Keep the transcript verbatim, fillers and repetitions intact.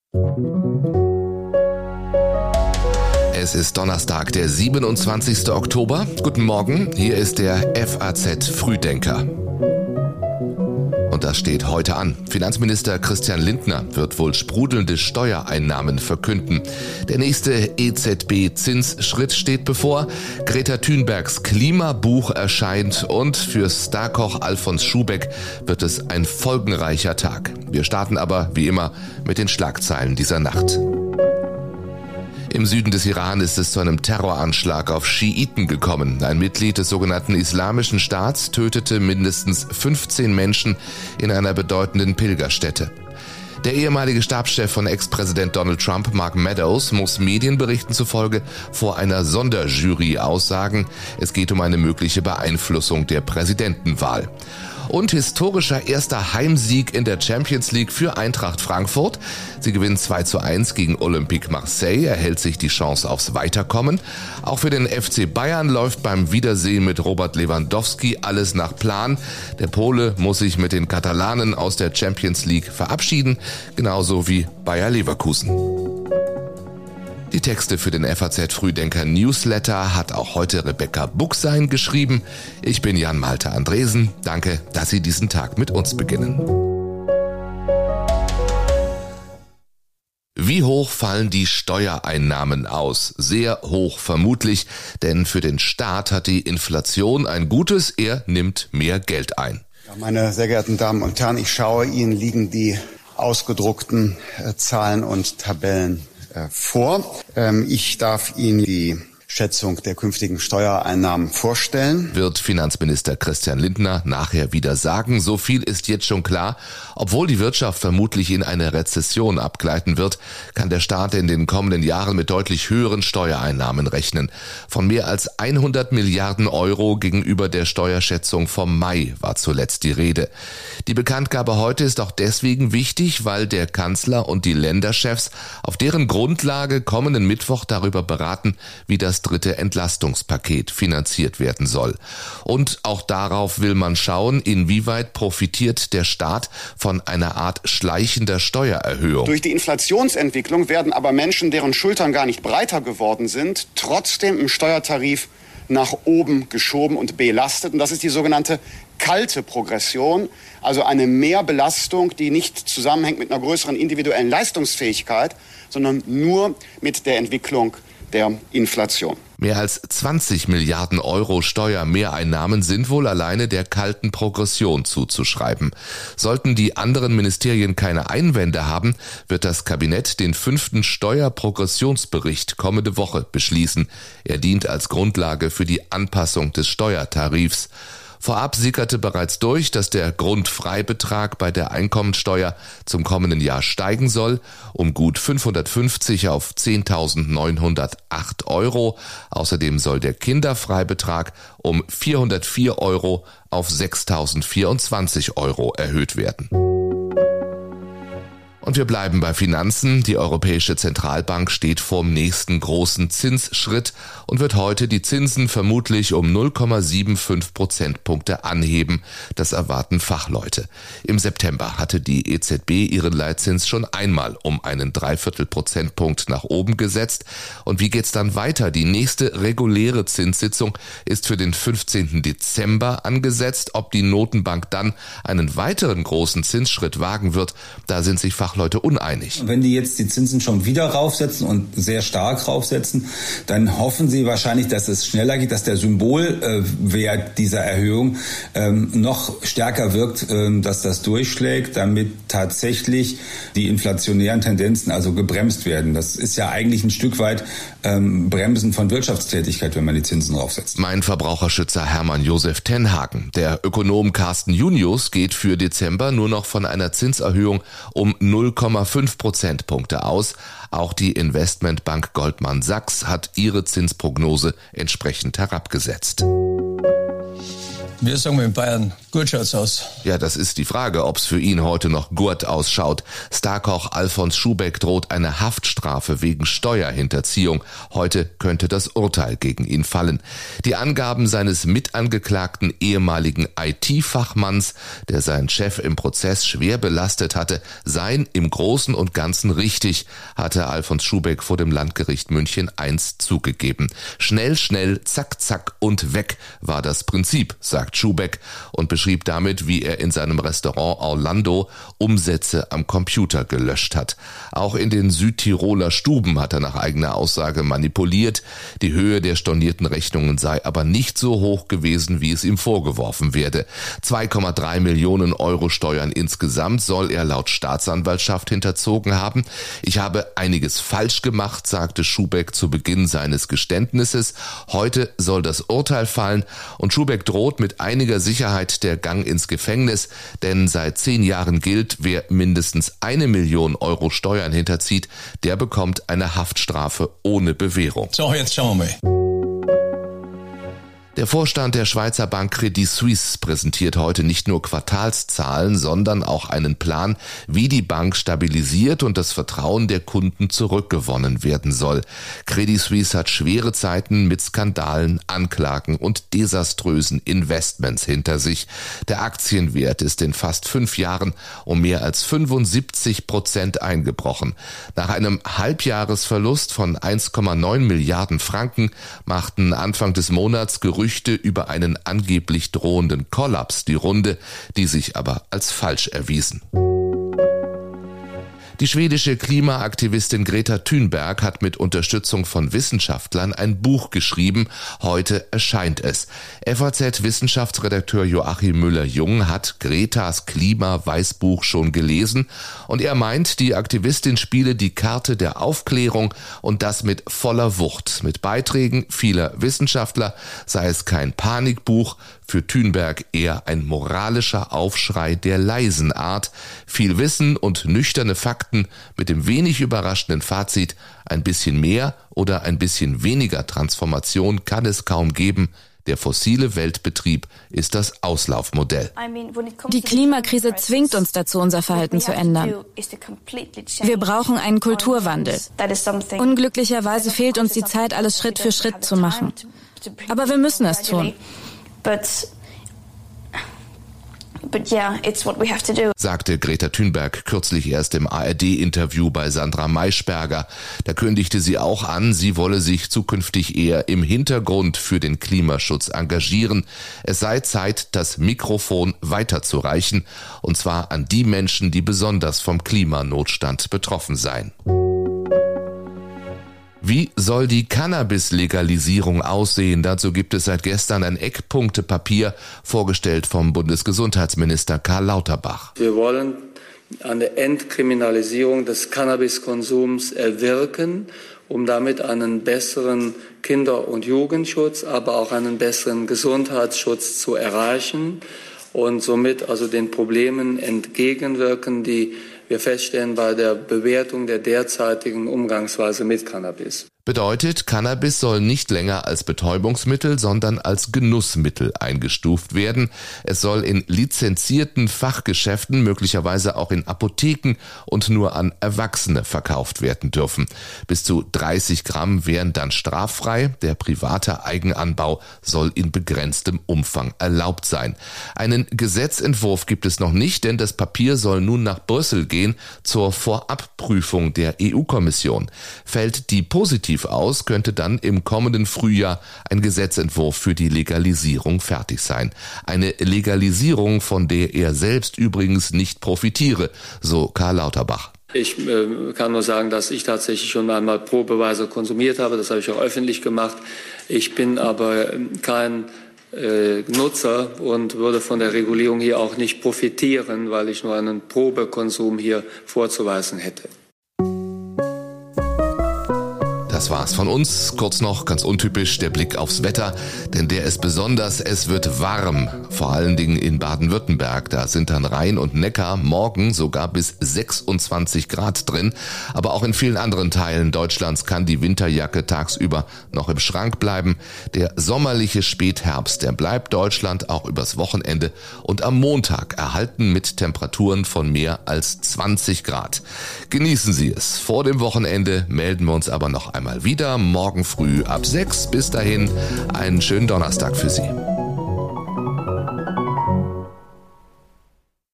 Es ist Donnerstag, der siebenundzwanzigster Oktober. Guten Morgen, hier ist der F A Z Frühdenker. Und das steht heute an. Finanzminister Christian Lindner wird wohl sprudelnde Steuereinnahmen verkünden. Der nächste E Z B-Zinsschritt steht bevor. Greta Thunbergs Klimabuch erscheint und für Starkoch Alfons Schubeck wird es ein folgenreicher Tag. Wir starten aber, wie immer, mit den Schlagzeilen dieser Nacht. Im Süden des Iran ist es zu einem Terroranschlag auf Schiiten gekommen. Ein Mitglied des sogenannten Islamischen Staats tötete mindestens fünfzehn Menschen in einer bedeutenden Pilgerstätte. Der ehemalige Stabschef von Ex-Präsident Donald Trump, Mark Meadows, muss Medienberichten zufolge vor einer Sonderjury aussagen. Es geht um eine mögliche Beeinflussung der Präsidentenwahl. Und historischer erster Heimsieg in der Champions League für Eintracht Frankfurt. Sie gewinnen zwei zu eins gegen Olympique Marseille, erhält sich die Chance aufs Weiterkommen. Auch für den F C Bayern läuft beim Wiedersehen mit Robert Lewandowski alles nach Plan. Der Pole muss sich mit den Katalanen aus der Champions League verabschieden, genauso wie Bayer Leverkusen. Die Texte für den F A Z Frühdenker Newsletter hat auch heute Rebecca Buchsein geschrieben. Ich bin Jan Malte Andresen. Danke, dass Sie diesen Tag mit uns beginnen. Wie hoch fallen die Steuereinnahmen aus? Sehr hoch vermutlich, denn für den Staat hat die Inflation ein Gutes, er nimmt mehr Geld ein. Ja, meine sehr geehrten Damen und Herren, ich schaue, Ihnen liegen die ausgedruckten äh, Zahlen und Tabellen vor. Ich darf Ihnen die Schätzung der künftigen Steuereinnahmen vorstellen. Wird Finanzminister Christian Lindner nachher wieder sagen. So viel ist jetzt schon klar. Obwohl die Wirtschaft vermutlich in eine Rezession abgleiten wird, kann der Staat in den kommenden Jahren mit deutlich höheren Steuereinnahmen rechnen. Von mehr als hundert Milliarden Euro gegenüber der Steuerschätzung vom Mai war zuletzt die Rede. Die Bekanntgabe heute ist auch deswegen wichtig, weil der Kanzler und die Länderchefs auf deren Grundlage kommenden Mittwoch darüber beraten, wie das dritte Entlastungspaket finanziert werden soll. Und auch darauf will man schauen, inwieweit profitiert der Staat von einer Art schleichender Steuererhöhung. Durch die Inflationsentwicklung werden aber Menschen, deren Schultern gar nicht breiter geworden sind, trotzdem im Steuertarif nach oben geschoben und belastet. Und das ist die sogenannte kalte Progression, also eine Mehrbelastung, die nicht zusammenhängt mit einer größeren individuellen Leistungsfähigkeit, sondern nur mit der Entwicklung der Inflation. Mehr als zwanzig Milliarden Euro Steuermehreinnahmen sind wohl alleine der kalten Progression zuzuschreiben. Sollten die anderen Ministerien keine Einwände haben, wird das Kabinett den fünften Steuerprogressionsbericht kommende Woche beschließen. Er dient als Grundlage für die Anpassung des Steuertarifs. Vorab sickerte bereits durch, dass der Grundfreibetrag bei der Einkommensteuer zum kommenden Jahr steigen soll, um gut fünfhundertfünfzig auf zehntausendneunhundertacht Euro. Außerdem soll der Kinderfreibetrag um vierhundertvier Euro auf sechstausendvierundzwanzig Euro erhöht werden. Und wir bleiben bei Finanzen. Die Europäische Zentralbank steht vorm nächsten großen Zinsschritt und wird heute die Zinsen vermutlich um null Komma fünfundsiebzig Prozentpunkte anheben. Das erwarten Fachleute. Im September hatte die E Z B ihren Leitzins schon einmal um einen Dreiviertel Prozentpunkt nach oben gesetzt. Und wie geht's dann weiter? Die nächste reguläre Zinssitzung ist für den fünfzehnten Dezember angesetzt. Ob die Notenbank dann einen weiteren großen Zinsschritt wagen wird, da sind sich Fachleute Leute uneinig. Wenn die jetzt die Zinsen schon wieder raufsetzen und sehr stark raufsetzen, dann hoffen sie wahrscheinlich, dass es schneller geht, dass der Symbolwert äh, dieser Erhöhung ähm, noch stärker wirkt, äh, dass das durchschlägt, damit tatsächlich die inflationären Tendenzen also gebremst werden. Das ist ja eigentlich ein Stück weit ähm, Bremsen von Wirtschaftstätigkeit, wenn man die Zinsen raufsetzt. Mein Verbraucherschützer Hermann Josef Tenhagen. Der Ökonom Carsten Junius geht für Dezember nur noch von einer Zinserhöhung um null Komma fünf Prozentpunkte aus. Auch die Investmentbank Goldman Sachs hat ihre Zinsprognose entsprechend herabgesetzt. Wir sagen in Bayern, gut schaut's aus. Ja, das ist die Frage, ob's für ihn heute noch gut ausschaut. Starkoch Alfons Schubeck droht eine Haftstrafe wegen Steuerhinterziehung. Heute könnte das Urteil gegen ihn fallen. Die Angaben seines mitangeklagten ehemaligen I T-Fachmanns, der seinen Chef im Prozess schwer belastet hatte, seien im Großen und Ganzen richtig, hatte Alfons Schubeck vor dem Landgericht München eins zugegeben. Schnell, schnell, zack, zack und weg war das Prinzip, sagt Schubeck und beschrieb damit, wie er in seinem Restaurant Orlando Umsätze am Computer gelöscht hat. Auch in den Südtiroler Stuben hat er nach eigener Aussage manipuliert. Die Höhe der stornierten Rechnungen sei aber nicht so hoch gewesen, wie es ihm vorgeworfen werde. zwei Komma drei Millionen Euro Steuern insgesamt soll er laut Staatsanwaltschaft hinterzogen haben. Ich habe einiges falsch gemacht, sagte Schubeck zu Beginn seines Geständnisses. Heute soll das Urteil fallen und Schubeck droht mit einiger Sicherheit der Gang ins Gefängnis, denn seit zehn Jahren gilt, wer mindestens eine Million Euro Steuern hinterzieht, der bekommt eine Haftstrafe ohne Bewährung. So, jetzt schauen wir mal. Der Vorstand der Schweizer Bank Credit Suisse präsentiert heute nicht nur Quartalszahlen, sondern auch einen Plan, wie die Bank stabilisiert und das Vertrauen der Kunden zurückgewonnen werden soll. Credit Suisse hat schwere Zeiten mit Skandalen, Anklagen und desaströsen Investments hinter sich. Der Aktienwert ist in fast fünf Jahren um mehr als fünfundsiebzig Prozent eingebrochen. Nach einem Halbjahresverlust von eins Komma neun Milliarden Franken machten Anfang des Monats Gerüchte über einen angeblich drohenden Kollaps die Runde, die sich aber als falsch erwiesen. Die schwedische Klimaaktivistin Greta Thunberg hat mit Unterstützung von Wissenschaftlern ein Buch geschrieben. Heute erscheint es. F A Z-Wissenschaftsredakteur Joachim Müller-Jung hat Gretas Klima-Weißbuch schon gelesen und er meint, die Aktivistin spiele die Karte der Aufklärung und das mit voller Wucht. Mit Beiträgen vieler Wissenschaftler sei es kein Panikbuch, für Thunberg eher ein moralischer Aufschrei der leisen Art. Viel Wissen und nüchterne Fakten mit dem wenig überraschenden Fazit, ein bisschen mehr oder ein bisschen weniger Transformation kann es kaum geben. Der fossile Weltbetrieb ist das Auslaufmodell. Die Klimakrise zwingt uns dazu, unser Verhalten zu ändern. Wir brauchen einen Kulturwandel. Unglücklicherweise fehlt uns die Zeit, alles Schritt für Schritt zu machen. Aber wir müssen es tun. But, but yeah, it's what we have to do. Sagte Greta Thunberg kürzlich erst im A R D-Interview bei Sandra Maischberger. Da kündigte sie auch an, sie wolle sich zukünftig eher im Hintergrund für den Klimaschutz engagieren. Es sei Zeit, das Mikrofon weiterzureichen, und zwar an die Menschen, die besonders vom Klimanotstand betroffen seien. Wie soll die Cannabis-Legalisierung aussehen? Dazu gibt es seit gestern ein Eckpunktepapier, vorgestellt vom Bundesgesundheitsminister Karl Lauterbach. Wir wollen eine Entkriminalisierung des Cannabiskonsums erwirken, um damit einen besseren Kinder- und Jugendschutz, aber auch einen besseren Gesundheitsschutz zu erreichen und somit also den Problemen entgegenwirken, die wir feststellen bei der Bewertung der derzeitigen Umgangsweise mit Cannabis. Bedeutet, Cannabis soll nicht länger als Betäubungsmittel, sondern als Genussmittel eingestuft werden. Es soll in lizenzierten Fachgeschäften, möglicherweise auch in Apotheken und nur an Erwachsene verkauft werden dürfen. Bis zu dreißig Gramm wären dann straffrei. Der private Eigenanbau soll in begrenztem Umfang erlaubt sein. Einen Gesetzentwurf gibt es noch nicht, denn das Papier soll nun nach Brüssel gehen zur Vorabprüfung der E U-Kommission. Fällt die positiv aus, könnte dann im kommenden Frühjahr ein Gesetzentwurf für die Legalisierung fertig sein. Eine Legalisierung, von der er selbst übrigens nicht profitiere, so Karl Lauterbach. Ich äh, kann nur sagen, dass ich tatsächlich schon einmal probeweise konsumiert habe. Das habe ich auch öffentlich gemacht. Ich bin aber kein äh, Nutzer und würde von der Regulierung hier auch nicht profitieren, weil ich nur einen Probekonsum hier vorzuweisen hätte. Das war's von uns. Kurz noch, ganz untypisch, der Blick aufs Wetter, denn der ist besonders. Es wird warm, vor allen Dingen in Baden-Württemberg. Da sind dann Rhein und Neckar morgen sogar bis sechsundzwanzig Grad drin. Aber auch in vielen anderen Teilen Deutschlands kann die Winterjacke tagsüber noch im Schrank bleiben. Der sommerliche Spätherbst, der bleibt Deutschland auch übers Wochenende und am Montag erhalten mit Temperaturen von mehr als zwanzig Grad. Genießen Sie es. Vor dem Wochenende melden wir uns aber noch einmal wieder, morgen früh ab sechs. Bis dahin einen schönen Donnerstag für Sie.